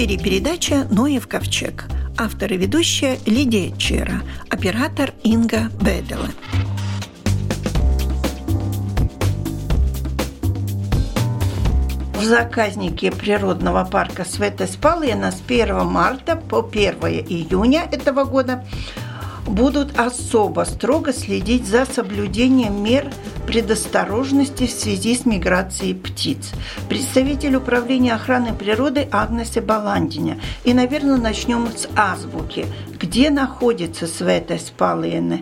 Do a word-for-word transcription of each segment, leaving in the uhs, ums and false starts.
эфире передача «Ноев ковчег». Автор и ведущая Лидия Чера, оператор Инга Бедела. В заказнике природного парка Светлое Спалиено с первого марта по первого июня этого года будут особо строго следить за соблюдением мер предосторожности в связи с миграцией птиц. Представитель управления охраны природы Агнесе Баландиня. И, наверное, начнем с азбуки. Где находится Светлое Спалиено?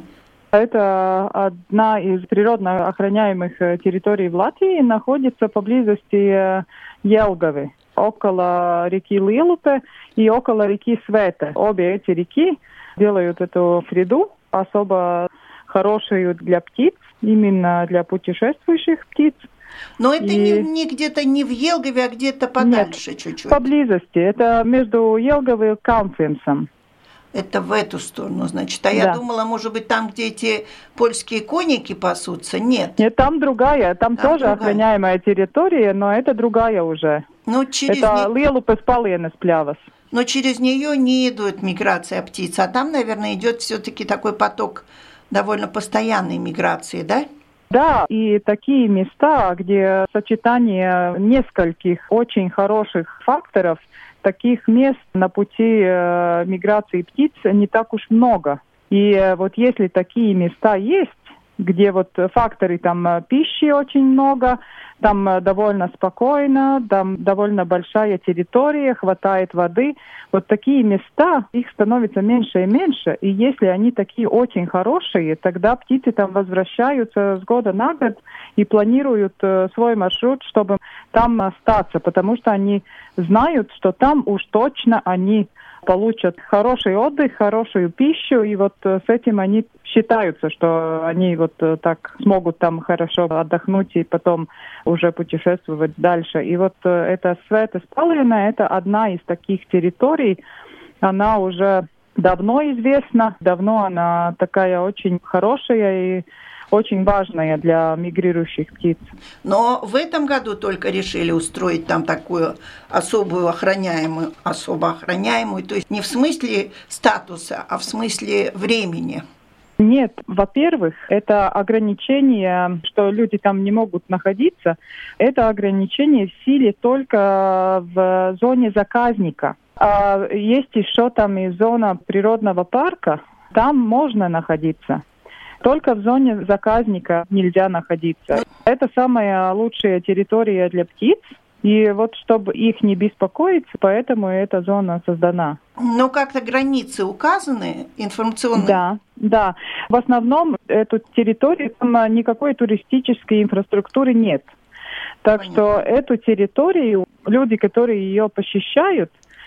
Это одна из природно охраняемых территорий в Латвии, находится поблизости Елгавы, около реки Лилупе и около реки Света. Обе эти реки делают эту среду особо хорошую для птиц, именно для путешествующих птиц. Но это и... не, не где-то не в Елгаве, а где-то подальше. Нет, чуть-чуть. Поблизости. Это между Елгавой и Каунфенсом. Это в эту сторону, значит. А да. Я думала, может быть, там, где эти польские коники пасутся. Нет. Нет, там другая. Там, там тоже другая. Охраняемая территория, но это другая уже. Ну, через это не... Lielupes Palienes пļavas. Но через нее не идет миграция птиц, а там, наверное, идет все-таки такой поток довольно постоянной миграции, да? Да, и такие места, где сочетание нескольких очень хороших факторов, таких мест на пути э, миграции птиц не так уж много. И э, вот если такие места есть, где вот факторы там пищи очень много, там довольно спокойно, там довольно большая территория, хватает воды. Вот такие места, их становится меньше и меньше. И если они такие очень хорошие, тогда птицы там возвращаются с года на год и планируют э, свой маршрут, чтобы там остаться, потому что они знают, что там уж точно они получат хороший отдых, хорошую пищу, и вот с этим они считаются, что они вот так смогут там хорошо отдохнуть и потом уже путешествовать дальше. И вот это Светлое Спалиено, это одна из таких территорий, она уже давно известна, давно она такая очень хорошая и очень важная для мигрирующих птиц. Но в этом году только решили устроить там такую особую охраняемую, особо охраняемую, то есть не в смысле статуса, а в смысле времени. Нет, во-первых, это ограничение, что люди там не могут находиться, это ограничение в силе только в зоне заказника. А есть еще там и зона природного парка, там можно находиться. Только в зоне заказника нельзя находиться. Это самая лучшая территория для птиц. И вот чтобы их не беспокоить, поэтому эта зона создана. Но как-то границы указаны информационно? Да, да. В основном эту территорию, там никакой туристической инфраструктуры нет. Так Понятно. Что эту территорию, люди, которые ее посещают,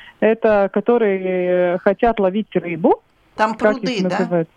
это которые хотят ловить рыбу. Там пруды, да? Называют.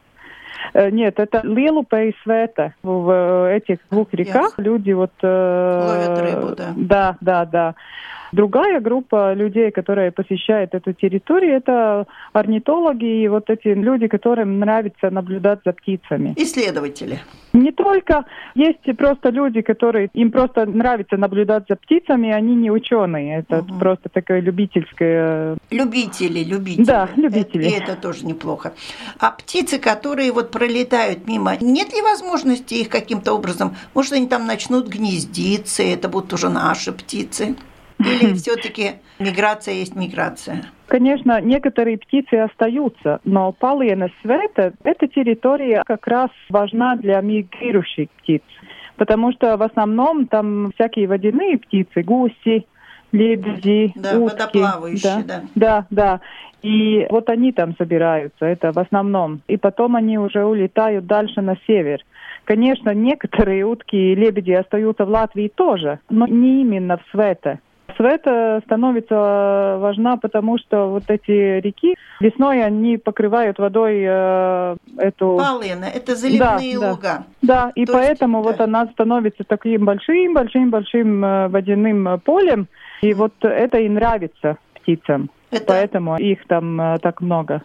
Нет, это Lielupе и Sveta. В этих двух реках yes. люди вот... Ловят рыбу, да. Да, да, да. Другая группа людей, которые посещают эту территорию, это орнитологи и вот эти люди, которым нравится наблюдать за птицами. Исследователи. Не только. Есть просто люди, которые им просто нравится наблюдать за птицами, они не ученые. Это угу. просто такое любительское... Любители, любители. Да, любители. Это, и это тоже неплохо. А птицы, которые вот пролетают мимо, нет ли возможности их каким-то образом, может, они там начнут гнездиться, и это будут уже наши птицы? Или все-таки миграция есть миграция? Конечно, некоторые птицы остаются, но Palienes Sveta – эта территория как раз важна для мигрирующих птиц, потому что в основном там всякие водяные птицы, гуси, лебеди, да, утки. Водоплавающие, да. Да, да, да. И вот они там собираются, это в основном. И потом они уже улетают дальше на север. Конечно, некоторые утки и лебеди остаются в Латвии тоже, но не именно в Свете. Света становится важна, потому что вот эти реки весной они покрывают водой э, эту... Полына, это заливные да, луга. Да, да. И То поэтому есть, вот да. она становится таким большим-большим-большим э, водяным полем, и вот это и нравится птицам, это... поэтому их там э, так много.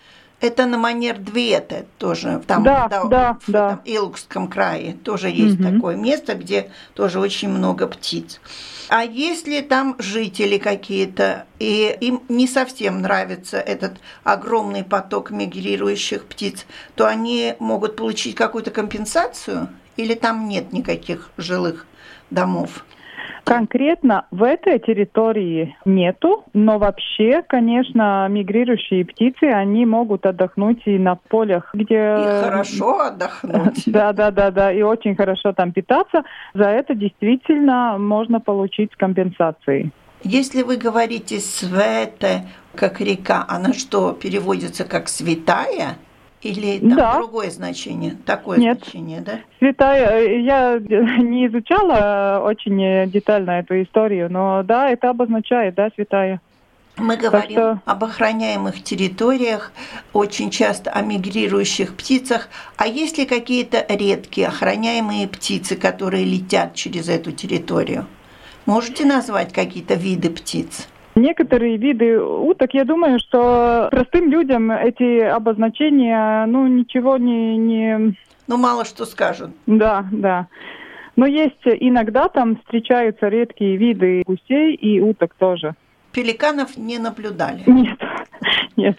Это на манер Двета тоже, там, да, да, да, в да. этом Илокском крае тоже есть угу. такое место, где тоже очень много птиц. А если там жители какие-то, и им не совсем нравится этот огромный поток мигрирующих птиц, то они могут получить какую-то компенсацию? Или там нет никаких жилых домов? Конкретно в этой территории нету, но вообще, конечно, мигрирующие птицы, они могут отдохнуть и на полях, где... И хорошо отдохнуть. Да, да, да, да, и очень хорошо там питаться. За это действительно можно получить компенсации. Если вы говорите «свете», как река, она что, переводится как «святая»? Или там да. другое значение? Такое Нет. значение, да? Святая, я не изучала очень детально эту историю, но да, это обозначает, да, святая. Мы говорим что... об охраняемых территориях, очень часто о мигрирующих птицах. А есть ли какие-то редкие охраняемые птицы, которые летят через эту территорию? Можете назвать какие-то виды птиц? Некоторые виды уток, я думаю, что простым людям эти обозначения, ну, ничего не... не... Ну, мало что скажут. Да, да. Но есть иногда там встречаются редкие виды гусей и уток тоже. Пеликанов не наблюдали? Нет, нет,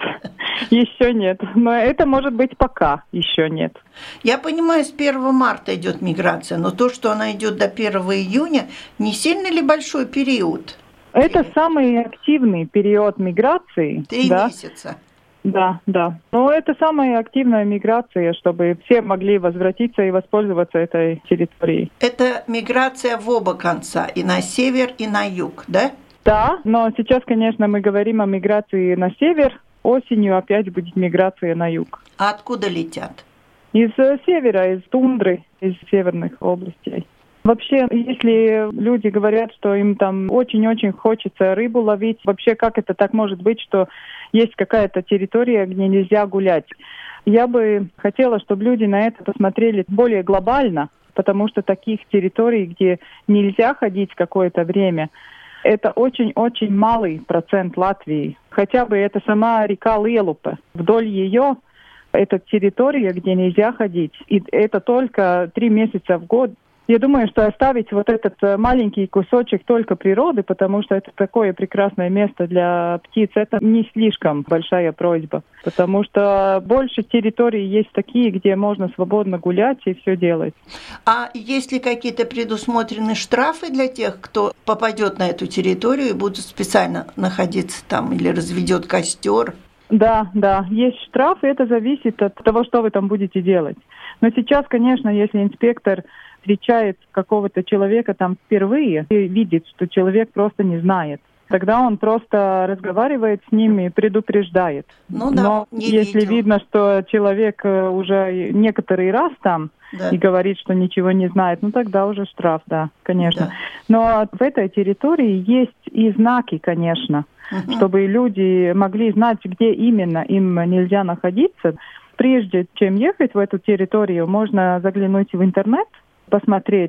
еще нет. Но это может быть пока еще нет. Я понимаю, с первого марта идет миграция, но то, что она идет до первого июня, не сильно ли большой период? Это самый активный период миграции. Три да? месяца. Да, да. Но это самая активная миграция, чтобы все могли возвратиться и воспользоваться этой территорией. Это миграция в оба конца, и на север, и на юг, да? Да, но сейчас, конечно, мы говорим о миграции на север. Осенью опять будет миграция на юг. А откуда летят? Из севера, из тундры, из северных областей. Вообще, если люди говорят, что им там очень-очень хочется рыбу ловить, вообще как это так может быть, что есть какая-то территория, где нельзя гулять? Я бы хотела, чтобы люди на это посмотрели более глобально, потому что таких территорий, где нельзя ходить какое-то время, это очень-очень малый процент Латвии. Хотя бы это сама река Лиелупе. Вдоль ее это территория, где нельзя ходить. И это только три месяца в год. Я думаю, что оставить вот этот маленький кусочек только природы, потому что это такое прекрасное место для птиц, это не слишком большая просьба. Потому что больше территорий есть такие, где можно свободно гулять и все делать. А есть ли какие-то предусмотрены штрафы для тех, кто попадет на эту территорию и будет специально находиться там или разведет костер? Да, да, есть штрафы, это зависит от того, что вы там будете делать. Но сейчас, конечно, если инспектор встречает какого-то человека там впервые и видит, что человек просто не знает, тогда он просто разговаривает с ним и предупреждает. Ну, да, но не если видел. видно, что человек уже некоторый раз там, да, и говорит, что ничего не знает, ну тогда уже штраф, да, конечно. Да. Но в этой территории есть и знаки, конечно, угу. чтобы люди могли знать, где именно им нельзя находиться. Прежде чем ехать в эту территорию, можно заглянуть в интернет, посмотреть.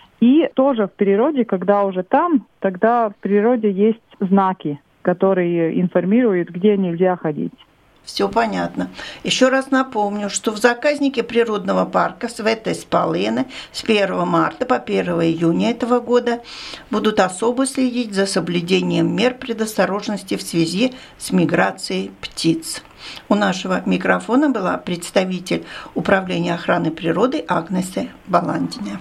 И тоже в природе, когда уже там, тогда в природе есть знаки, которые информируют, где нельзя ходить. Все понятно. Еще раз напомню, что в заказнике природного парка Светес Палене с первого марта по первого июня этого года будут особо следить за соблюдением мер предосторожности в связи с миграцией птиц. У нашего микрофона была представитель Управления охраны природы Агнесе Баландине.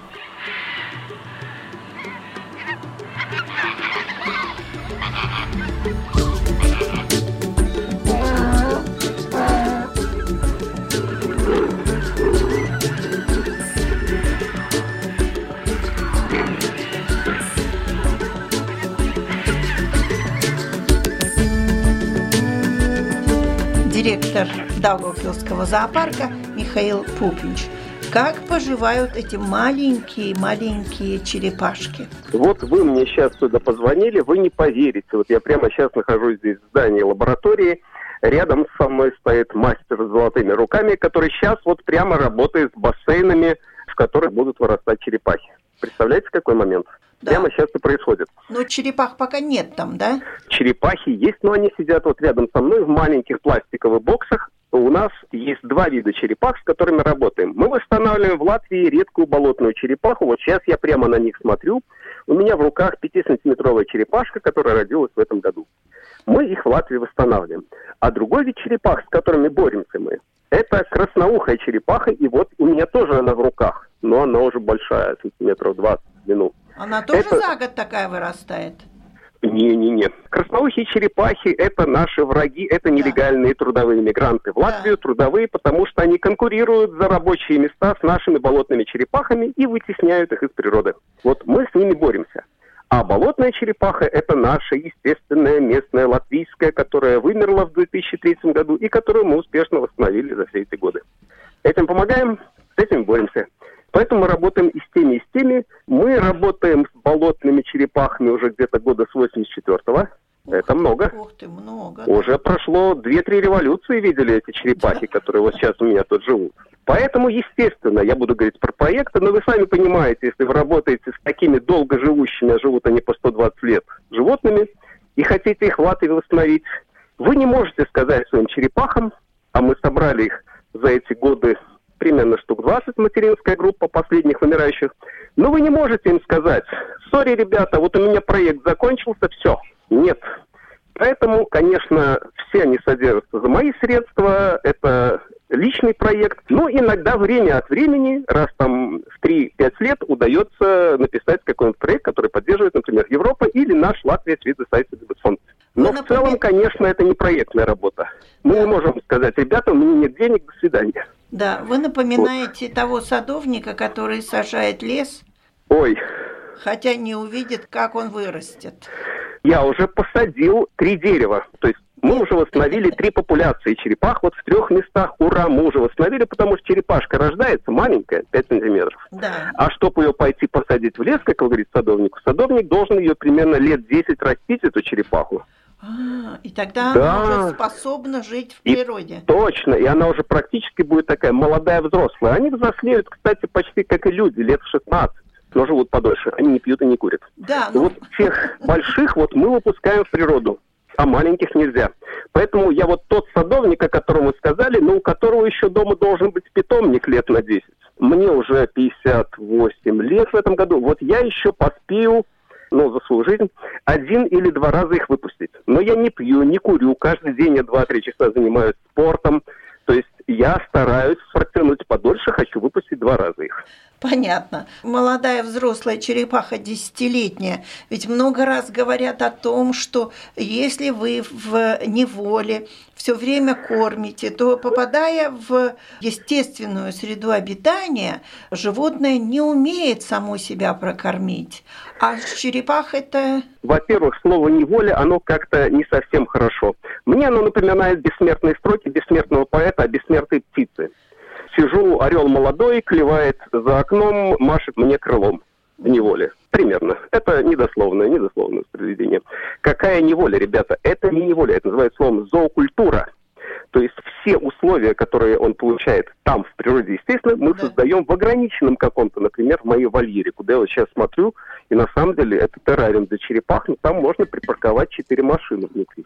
Директор Даугавпилского зоопарка Михаил Пупинч. Как поживают эти маленькие-маленькие черепашки? Вот вы мне сейчас сюда позвонили, вы не поверите. Вот я прямо сейчас нахожусь здесь в здании лаборатории. Рядом со мной стоит мастер с золотыми руками, который сейчас вот прямо работает с бассейнами, в которых будут вырастать черепахи. Представляете, какой момент? Да. Прямо сейчас и происходит. Но черепах пока нет там, да? Черепахи есть, но они сидят вот рядом со мной в маленьких пластиковых боксах. у нас есть два вида черепах, с которыми работаем. Мы восстанавливаем в Латвии редкую болотную черепаху. Вот сейчас я прямо на них смотрю. У меня в руках пятисантиметровая черепашка, которая родилась в этом году. Мы их в Латвии восстанавливаем. А другой вид черепах, с которыми боремся мы, это красноухая черепаха. И вот у меня тоже она в руках. Но она уже большая, сантиметров двадцать в длину. Она тоже это... за год такая вырастает? Не-не-не. Красноухие черепахи – это наши враги, это нелегальные да. трудовые мигранты. В Латвию да. трудовые, потому что они конкурируют за рабочие места с нашими болотными черепахами и вытесняют их из природы. Вот мы с ними боремся. А болотная черепаха – это наша естественная местная латвийская, которая вымерла в две тысячи третьем году и которую мы успешно восстановили за все эти годы. Этим помогаем, с этим боремся. Поэтому мы работаем и с теми, и с теми. Мы работаем с болотными черепахами уже где-то года с восемьдесят четвёртого. Это много. Ух ты, много. Уже прошло две-три революции, видели эти черепахи, которые вот сейчас у меня тут живут. Поэтому, естественно, я буду говорить про проекты, но вы сами понимаете, если вы работаете с такими долгоживущими, а живут они по сто двадцать лет, животными, и хотите их в Латвии восстановить, вы не можете сказать своим черепахам, а мы собрали их за эти годы примерно штук двадцать, материнская группа последних вымирающих. Но вы не можете им сказать: сори, ребята, вот у меня проект закончился, все. Нет. Поэтому, конечно, все они содержатся за мои средства, это личный проект. Но иногда время от времени, раз там в три-пять лет, удается написать какой-нибудь проект, который поддерживает, например, Европа или наш Латвия Свидный Сайт фонд. Но в целом, конечно, это не проектная работа. Мы не можем сказать: ребята, у меня нет денег, до свидания. Да, вы напоминаете вот. того садовника, который сажает лес, Ой. хотя не увидит, как он вырастет. Я уже посадил три дерева. То есть мы уже восстановили три популяции черепах вот в трех местах. Ура, мы уже восстановили, потому что черепашка рождается маленькая, пять сантиметров. Да. А чтобы ее пойти посадить в лес, как вы говорите, садовнику, садовник должен ее примерно лет десять растить, эту черепаху. А, и тогда да. она уже способна жить в природе. И точно, и она уже практически будет такая молодая взрослая. Они взрослеют, кстати, почти как и люди, лет в шестнадцать, но живут подольше. Они не пьют и не курят. Да, ну... Вот тех больших вот мы выпускаем в природу, а маленьких нельзя. Поэтому я вот тот садовник, о котором вы сказали, но у которого еще дома должен быть питомник лет на десять. Мне уже пятьдесят восемь лет в этом году. Вот я еще поспею, ну, за свою жизнь, один или два раза их выпустить. Но я не пью, не курю. Каждый день я два-три часа занимаюсь спортом. То есть я стараюсь протянуть подольше, хочу выпустить два раза их. Понятно. Молодая взрослая черепаха, десятилетняя, ведь много раз говорят о том, что если вы в неволе все время кормите, то, попадая в естественную среду обитания, животное не умеет само себя прокормить. А черепах это... Во-первых, слово «неволя», оно как-то не совсем хорошо. Мне оно напоминает бессмертные строки бессмертного поэта о бессмертной птице. Сижу, орел молодой, клевает за окном, машет мне крылом в неволе. Примерно. Это недословное, недословное произведение. Какая неволя, ребята? Это не неволя, это называется словом зоокультура. То есть все условия, которые он получает там, в природе, естественно, мы да. создаем в ограниченном каком-то, например, в моей вольере, куда я вот сейчас смотрю, и на самом деле это террариум для черепах, но там можно припарковать четыре машины внутри.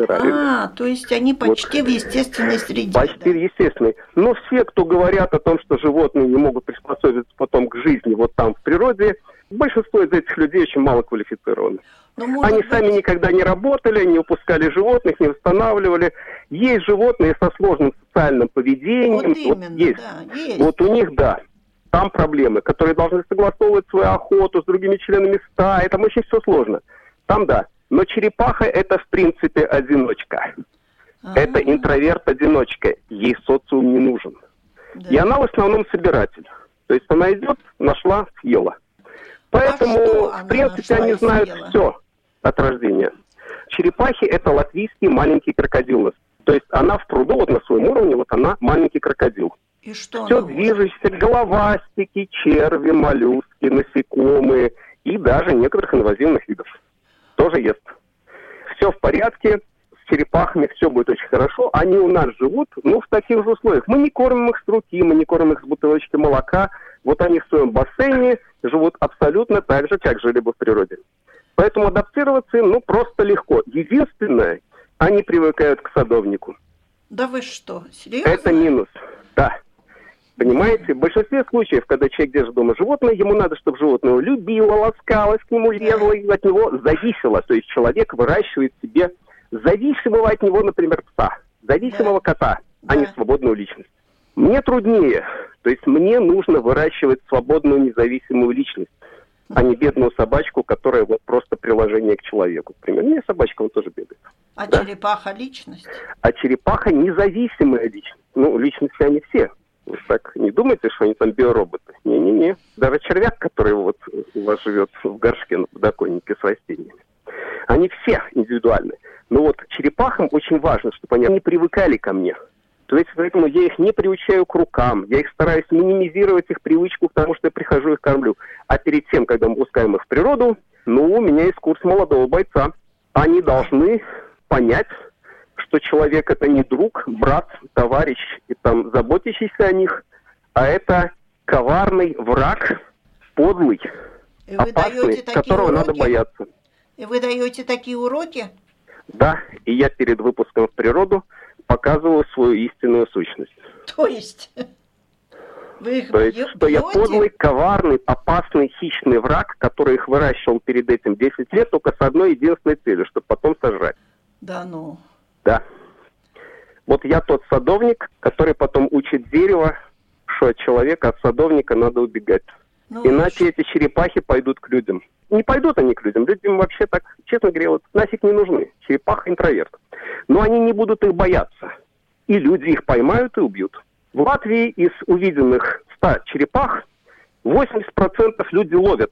А, то есть они почти вот. в естественной среде. Почти да? в естественной. Но все, кто говорят о том, что животные не могут приспособиться потом к жизни вот там, в природе, большинство из этих людей очень мало квалифицированы. Но, Они быть... сами никогда не работали, не выпускали животных, не восстанавливали. Есть животные со сложным социальным поведением. Вот именно, вот есть. Да, есть. Вот у них, да, там проблемы, которые должны согласовывать свою охоту с другими членами стаи. Там очень все сложно. Там, да. Но черепаха – это, в принципе, одиночка. А-а-а. Это интроверт-одиночка. Ей социум не нужен. Да. И она в основном собиратель. То есть она идет, нашла, съела. Поэтому, а в принципе, они знают съела? все от рождения. Черепахи – это латвийский маленький крокодил. То есть она в пруду, вот на своем уровне, вот она маленький крокодил. И что все движущееся, головастики, черви, моллюски, насекомые и даже некоторых инвазивных видов. Тоже ест. Все в порядке, с черепахами все будет очень хорошо. Они у нас живут, ну, в таких же условиях. Мы не кормим их с руки, мы не кормим их с бутылочки молока. Вот они в своем бассейне живут абсолютно так же, как жили бы в природе. Поэтому адаптироваться им, ну, просто легко. Единственное, они привыкают к садовнику. Да вы что, серьезно? Это минус, да. Понимаете, в большинстве случаев, когда человек держит дома животное, ему надо, чтобы животное его любило, ласкалось к нему, лезло и от него зависело. То есть человек выращивает себе зависимого от него, например, пса, зависимого да. кота, да. а не свободную личность. Мне труднее. То есть мне нужно выращивать свободную независимую личность, а не бедную собачку, которая вот просто приложение к человеку. Например, у меня собачка, он тоже бегает. А да? черепаха личность? А черепаха независимая личность. Ну, личности они все. Вы так не думайте, что они там биороботы. Не-не-не. Даже червяк, который вот у вас живет в горшке на подоконнике с растениями. Они все индивидуальны. Но вот черепахам очень важно, чтобы они не привыкали ко мне. То есть поэтому я их не приучаю к рукам. Я их стараюсь минимизировать, их привычку, потому что я прихожу их кормлю. А перед тем, когда мы пускаем их в природу, ну, у меня есть курс молодого бойца. Они должны понять, что человек это не друг, брат, товарищ и там заботящийся о них, а это коварный враг, подлый, и вы опасный, которого уроки? надо бояться. И вы даете такие уроки? Да, и я перед выпуском в природу показываю свою истинную сущность. То есть? Вы их То есть, бьете? что я подлый, коварный, опасный, хищный враг, который их выращивал перед этим десять лет только с одной единственной целью, чтобы потом сожрать. Да ну... Да. Вот я тот садовник, который потом учит дерево, что от человека, от садовника надо убегать. Ну, иначе эти черепахи пойдут к людям. Не пойдут они к людям. Людям вообще так, честно говоря, вот нафиг не нужны. Черепаха интроверт. Но они не будут их бояться. И люди их поймают и убьют. В Латвии из увиденных ста черепах восемьдесят процентов люди ловят.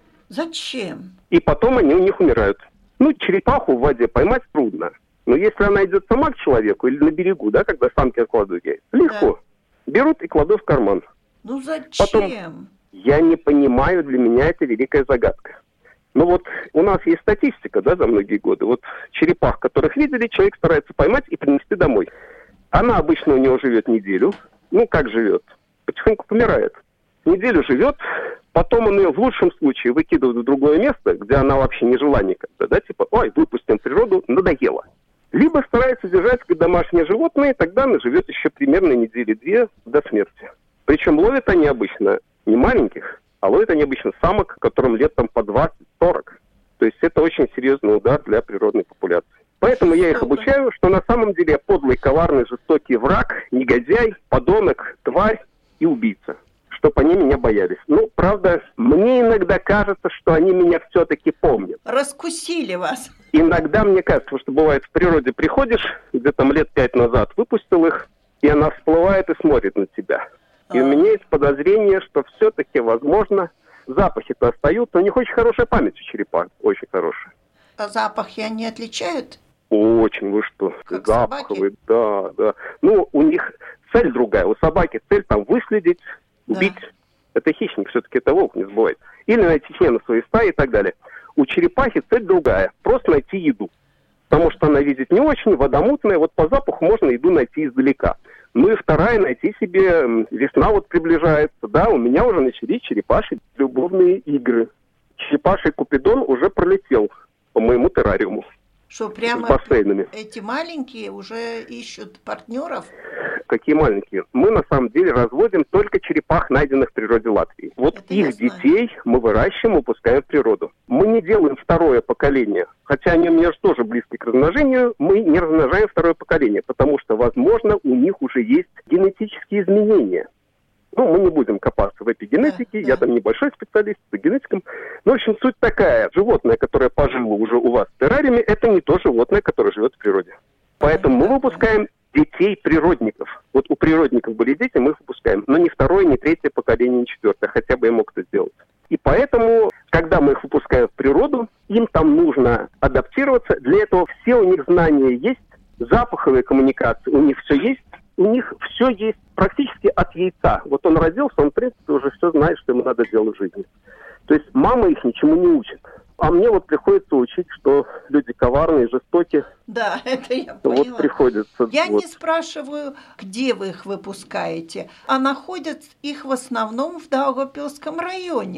Зачем? И потом они у них умирают. Ну, черепаху в воде поймать трудно. Но если она идет сама к человеку или на берегу, да, когда самки откладывают яйца, легко. Да. Берут и кладут в карман. Ну зачем? Потом, я не понимаю, для меня это великая загадка. Ну вот у нас есть статистика, да, за многие годы. Вот черепах, которых видели, человек старается поймать и принести домой. Она обычно у него живет неделю. Ну как живет? Потихоньку помирает. Неделю живет, потом он ее в лучшем случае выкидывает в другое место, где она вообще не жила никогда, да, типа, ой, выпустим в природу, надоело. Либо старается держать как домашнее животное, тогда она живет еще примерно недели две до смерти. Причем ловят они обычно не маленьких, а ловят они обычно самок, которым лет там по двадцать-сорок. То есть это очень серьезный удар для природной популяции. Поэтому я их обучаю, что на самом деле я подлый, коварный, жестокий враг, негодяй, подонок, тварь и убийца. Чтобы они меня боялись. Ну, правда, мне иногда кажется, что они меня все-таки помнят. Раскусили вас. Иногда мне кажется, что бывает в природе приходишь, где там лет пять назад выпустил их, и она всплывает и смотрит на тебя. А. И у меня есть подозрение, что все-таки, возможно, запахи-то остаются. У них очень хорошая память у черепах, очень хорошая. А запахи они отличают? Очень, вы что? Как запаховые, да, да. Ну, у них цель другая. У собаки цель там выследить, убить. Да. Это хищник, все-таки это волк, не забывайте. Или найти членов своей стаи и так далее. У черепахи цель другая. Просто найти еду. Потому что она видит не очень, вода мутная. Вот по запаху можно еду найти издалека. Ну и вторая, найти себе... Весна вот приближается. Да, у меня уже начались черепашьи любовные игры. Черепаший Купидон уже пролетел по моему террариуму. Что, прямо с бассейнами. Эти маленькие уже ищут партнеров? Какие маленькие? Мы на самом деле разводим только черепах, найденных в природе Латвии. Вот это их детей мы выращиваем, выпускаем в природу. Мы не делаем второе поколение. Хотя они у меня же тоже близки к размножению, мы не размножаем второе поколение, потому что, возможно, у них уже есть генетические изменения. Ну, мы не будем копаться в эпигенетике, да, я да. там небольшой специалист по генетикам. Ну, в общем, суть такая. Животное, которое пожило уже у вас в террариуме, это не то животное, которое живет в природе. Поэтому мы выпускаем детей природников. Вот у природников были дети, мы их выпускаем. Но не второе, не третье поколение, не четвертое. Хотя бы я мог это сделать. И поэтому, когда мы их выпускаем в природу, им там нужно адаптироваться. Для этого все у них знания есть, запаховые коммуникации у них все есть. У них все есть практически от яйца. Вот он родился, он, в принципе, уже все знает, что ему надо делать в жизни. То есть мама их ничему не учит. А мне вот приходится учить, что люди коварные, жестокие. Да, это я поняла. Вот приходится. Я вот. не спрашиваю, где вы их выпускаете, а находят их в основном в Даугавпилском районе.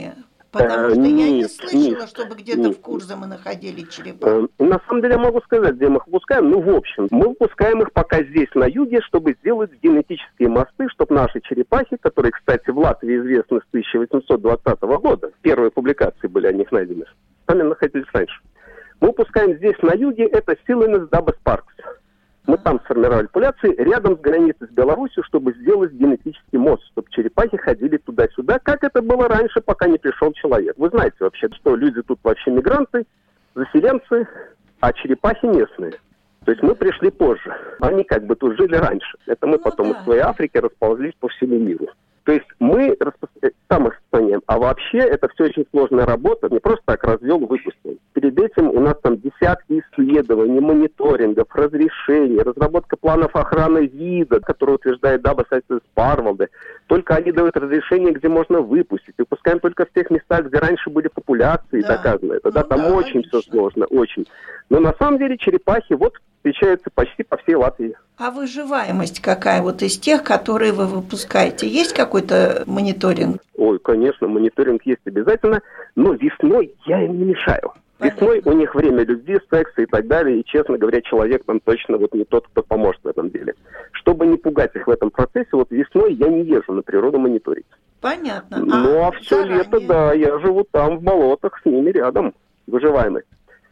Потому Э, что я не нет, слышала, нет, чтобы где-то нет. в Курзе мы находили черепах. Э, На самом деле я могу сказать, где мы их выпускаем. Ну, в общем, мы выпускаем их пока здесь, на юге, чтобы сделать генетические мосты, чтобы наши черепахи, которые, кстати, в Латвии известны с тысяча восемьсот двадцатого года, первые публикации были о них найдены, сами находились раньше. Мы выпускаем здесь, на юге, это Sillinus dabas parks. Мы там сформировали популяции рядом с границей с Беларусью, чтобы сделать генетический мост, чтобы черепахи ходили туда-сюда, как это было раньше, пока не пришел человек. Вы знаете вообще, что люди тут вообще мигранты, заселенцы, а черепахи местные. То есть мы пришли позже. Они как бы тут жили раньше. Это мы Ну, потом да. из своей Африки расползлись по всему миру. То есть мы распро- там их распространяем. А вообще это все очень сложная работа. Не просто так развел, выпустил. Перед этим у нас там десятки исследований, мониторингов, разрешений, разработка планов охраны вида, которые утверждает Dabas Aizsardzības pārvalde. Только они дают разрешение, где можно выпустить. Выпускаем только в тех местах, где раньше были популяции, Да. доказано это. Да, Ну там да, очень логично. все сложно, очень. Но на самом деле черепахи вот встречаются почти по всей Латвии. А выживаемость какая вот из тех, которые вы выпускаете? Есть какой-то мониторинг? Ой, конечно, мониторинг есть обязательно, но весной я им не мешаю. Понятно. Весной у них время любви, секса и так далее, и, честно говоря, человек там точно вот не тот, кто поможет в этом деле. Чтобы не пугать их в этом процессе, вот весной я не езжу на природу мониторить. Понятно. Ну, а все заранее? лето, да, я живу там, в болотах, с ними рядом, выживаемость.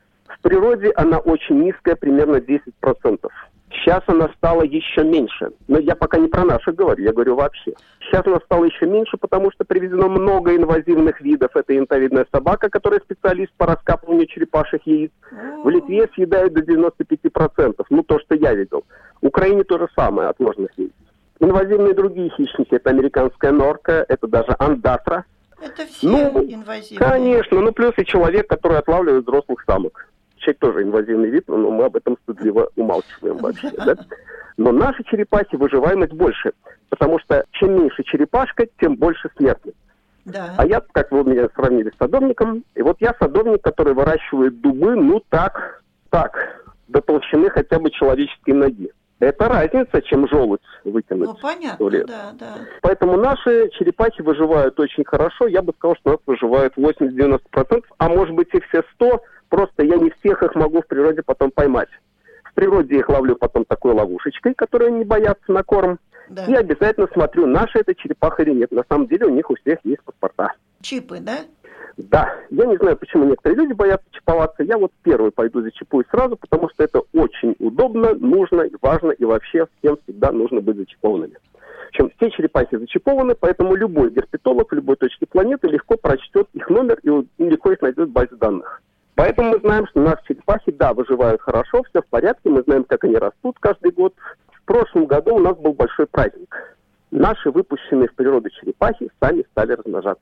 В природе она очень низкая, примерно десять процентов. Сейчас она стала еще меньше. Но я пока не про наших говорю, я говорю вообще. Сейчас она стала еще меньше, потому что привезено много инвазивных видов. Это янтовидная собака, которая специалист по раскапыванию черепашьих яиц. В Литве съедают до девяноста пяти процентов. Ну, то, что я видел. В Украине то же самое от ложных яиц. Инвазивные другие хищники. Это американская норка, это даже андатра. Это все Ну, инвазивные. Конечно, ну плюс и человек, который отлавливает взрослых самок. Человек тоже инвазивный вид, но мы об этом стыдливо умалчиваем вообще, да? Но наши черепахи выживаемость больше, потому что чем меньше черепашка, тем больше смертных. Да. А я, как вы меня сравнили с садовником, и вот я садовник, который выращивает дубы, ну так, так, до толщины хотя бы человеческой ноги. Это разница, чем желудь вытянуть. Ну, понятно, да, да. Поэтому наши черепахи выживают очень хорошо. Я бы сказал, что у нас выживают восемьдесят-девяносто процентов, а может быть и все сто процентов. Просто я не всех их могу в природе потом поймать. В природе я их ловлю потом такой ловушечкой, которую они боятся на корм. Да. И обязательно смотрю, наша это черепаха или нет. На самом деле у них у всех есть паспорта. Чипы, да? Да. Я не знаю, почему некоторые люди боятся чиповаться. Я вот первый пойду зачипуюсь сразу, потому что это очень удобно, нужно и важно, и вообще всем всегда нужно быть зачипованными. В общем, все черепахи зачипованы, поэтому любой герпетолог в любой точке планеты легко прочтет их номер и легко их найдет в базе данных. Поэтому мы знаем, что наши черепахи, да, выживают хорошо, все в порядке, мы знаем, как они растут каждый год. В прошлом году у нас был большой праздник. Наши выпущенные в природу черепахи сами стали размножаться.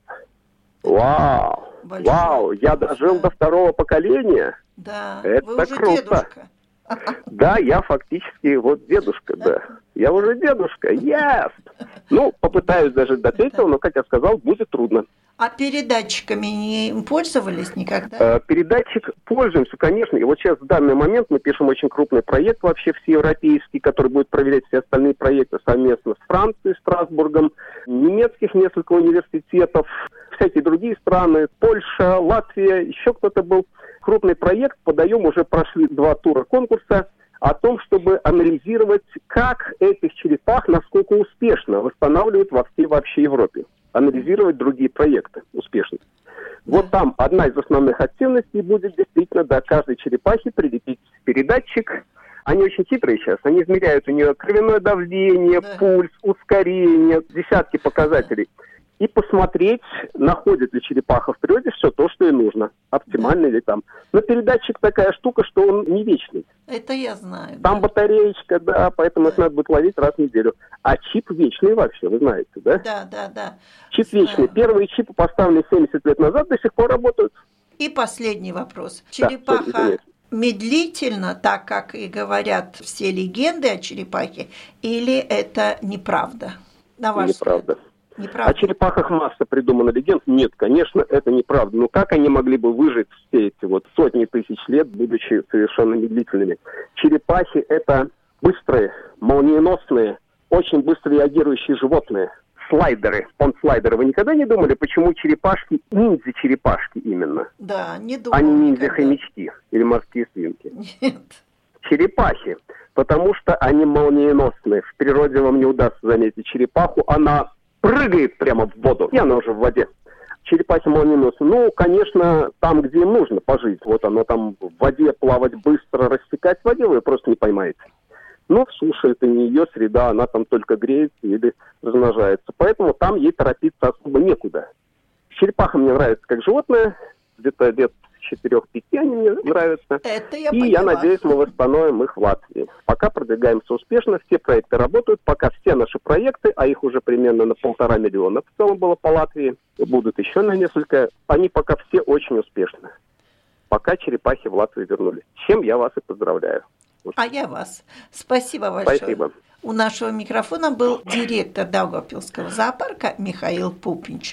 Вау! Большой. Вау! Я дожил Да. до второго поколения. Да, Это вы уже круто. дедушка. Да, я фактически вот дедушка, да. Я уже дедушка, yes! Ну, попытаюсь даже до третьего, но, как я сказал, будет трудно. А передатчиками не пользовались никогда? Э, Передатчик пользуемся, конечно. И вот сейчас в данный момент мы пишем очень крупный проект вообще всеевропейский, который будет проверять все остальные проекты совместно с Францией, Страсбургом, немецких несколько университетов, всякие другие страны, Польша, Латвия, еще кто-то был. Крупный проект, подаем, уже прошли два тура конкурса о том, чтобы анализировать, как этих черепах, насколько успешно восстанавливают во всей вообще Европе. Анализировать другие проекты успешно. Вот там одна из основных активностей будет действительно до каждой черепахи прилепить передатчик. Они очень хитрые сейчас. Они измеряют у нее кровяное давление, Да. пульс, ускорение, десятки показателей. И посмотреть, находит ли черепаха в природе все то, что ей нужно. Оптимально ли там. Но передатчик такая штука, что он не вечный. Это я знаю. Там да. батареечка, да, поэтому это надо будет ловить раз в неделю. А чип вечный вообще, вы знаете, да? Да, да, да. Чип Знаю. вечный. Первые чипы, поставленные семьдесят лет назад, до сих пор работают. И последний вопрос. Да, Черепаха извините. медлительно, так как и говорят все легенды о черепахе, или это неправда? На ваш Неправда. взгляд? Неправда. О черепахах масса придумано легенд. Нет, конечно, это неправда. Но как они могли бы выжить все эти вот сотни тысяч лет, будучи совершенно медлительными? Черепахи – это быстрые, молниеносные, очень быстро реагирующие животные. Слайдеры, понт-слайдеры. Вы никогда не думали, почему черепашки, ниндзя-черепашки именно? Да, не думала. А не ниндзя-хомячки или морские свинки? Нет. Черепахи, потому что они молниеносные. В природе вам не удастся заметить черепаху, она прыгает прямо в воду, и она уже в воде. Черепахи молниеносные. Ну, конечно, там, где им нужно пожить. Вот оно там в воде плавать быстро, растекать в воде, вы ее просто не поймаете. Но в суше это не ее среда, она там только греется или размножается. Поэтому там ей торопиться особо некуда. Черепаха мне нравится как животное. Где-то лет четырех-пяти они мне нравятся. Это я И поняла. я надеюсь, мы восстановим их в Латвии. Пока продвигаемся успешно, все проекты работают. Пока все наши проекты, а их уже примерно на полтора миллиона в целом было по Латвии, будут еще на несколько, они пока все очень успешны. Пока черепахи в Латвии вернулись. С чем я вас и поздравляю. А я вас. Спасибо большое. Спасибо. У нашего микрофона был директор Даугавпилского зоопарка Михаил Пупинч.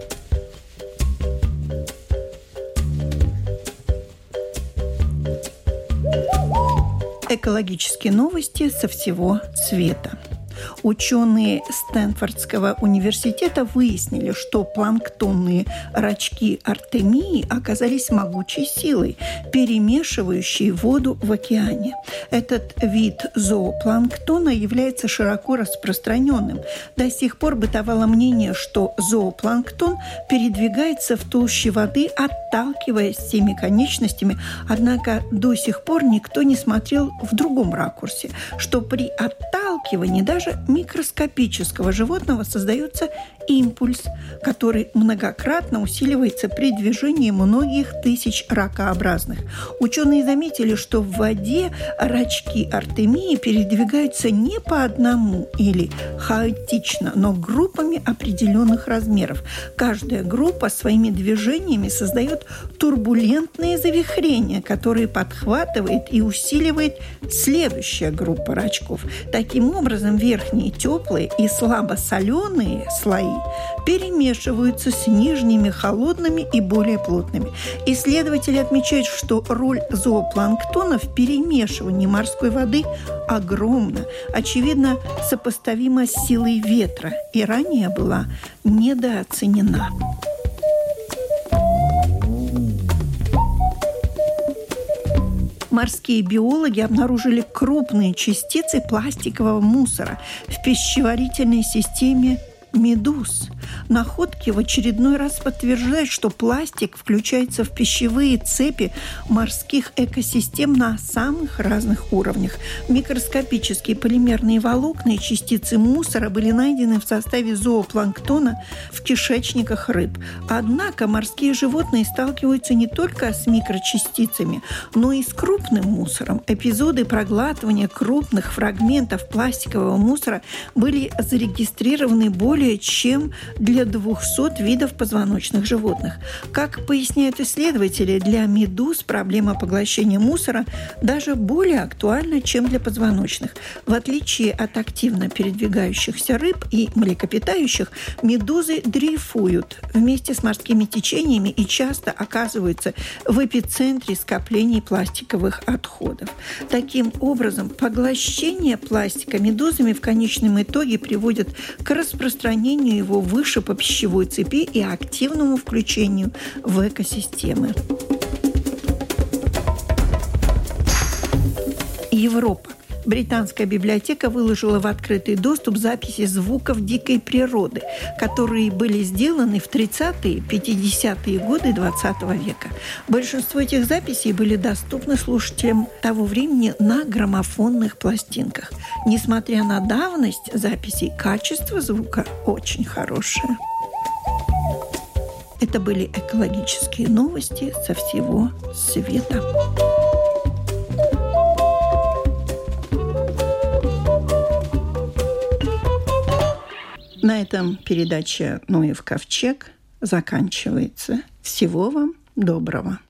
Экологические новости со всего света. Ученые Стэнфордского университета выяснили, что планктонные рачки артемии оказались могучей силой, перемешивающей воду в океане. Этот вид зоопланктона является широко распространенным. До сих пор бытовало мнение, что зоопланктон передвигается в толще воды, отталкиваясь всеми конечностями, однако до сих пор никто не смотрел в другом ракурсе, что при отталкивании даже микроскопического животного создается импульс, который многократно усиливается при движении многих тысяч ракообразных. Ученые заметили, что в воде рачки артемии передвигаются не по одному или хаотично, но группами определенных размеров. Каждая группа своими движениями создает турбулентные завихрения, которые подхватывает и усиливает следующая группа рачков. Таким образом, верхние теплые и слабосоленые слои перемешиваются с нижними холодными и более плотными. Исследователи отмечают, что роль зоопланктона в перемешивании морской воды огромна, очевидно, сопоставима с силой ветра и ранее была недооценена. Морские биологи обнаружили крупные частицы пластикового мусора в пищеварительной системе медуз. Находки в очередной раз подтверждают, что пластик включается в пищевые цепи морских экосистем на самых разных уровнях. Микроскопические полимерные волокна и частицы мусора были найдены в составе зоопланктона в кишечниках рыб. Однако морские животные сталкиваются не только с микрочастицами, но и с крупным мусором. Эпизоды проглатывания крупных фрагментов пластикового мусора были зарегистрированы более чем для двухсот видов позвоночных животных. Как поясняют исследователи, для медуз проблема поглощения мусора даже более актуальна, чем для позвоночных. В отличие от активно передвигающихся рыб и млекопитающих, медузы дрейфуют вместе с морскими течениями и часто оказываются в эпицентре скоплений пластиковых отходов. Таким образом, поглощение пластика медузами в конечном итоге приводит к распространению его выше по пищевой цепи и активному включению в экосистемы. Европа. Британская библиотека выложила в открытый доступ записи звуков дикой природы, которые были сделаны в тридцатые-пятидесятые годы двадцатого века. Большинство этих записей были доступны слушателям того времени на граммофонных пластинках. Несмотря на давность записей, качество звука очень хорошее. Это были экологические новости со всего света. На этом передача «Ноев ковчег» заканчивается. Всего вам доброго.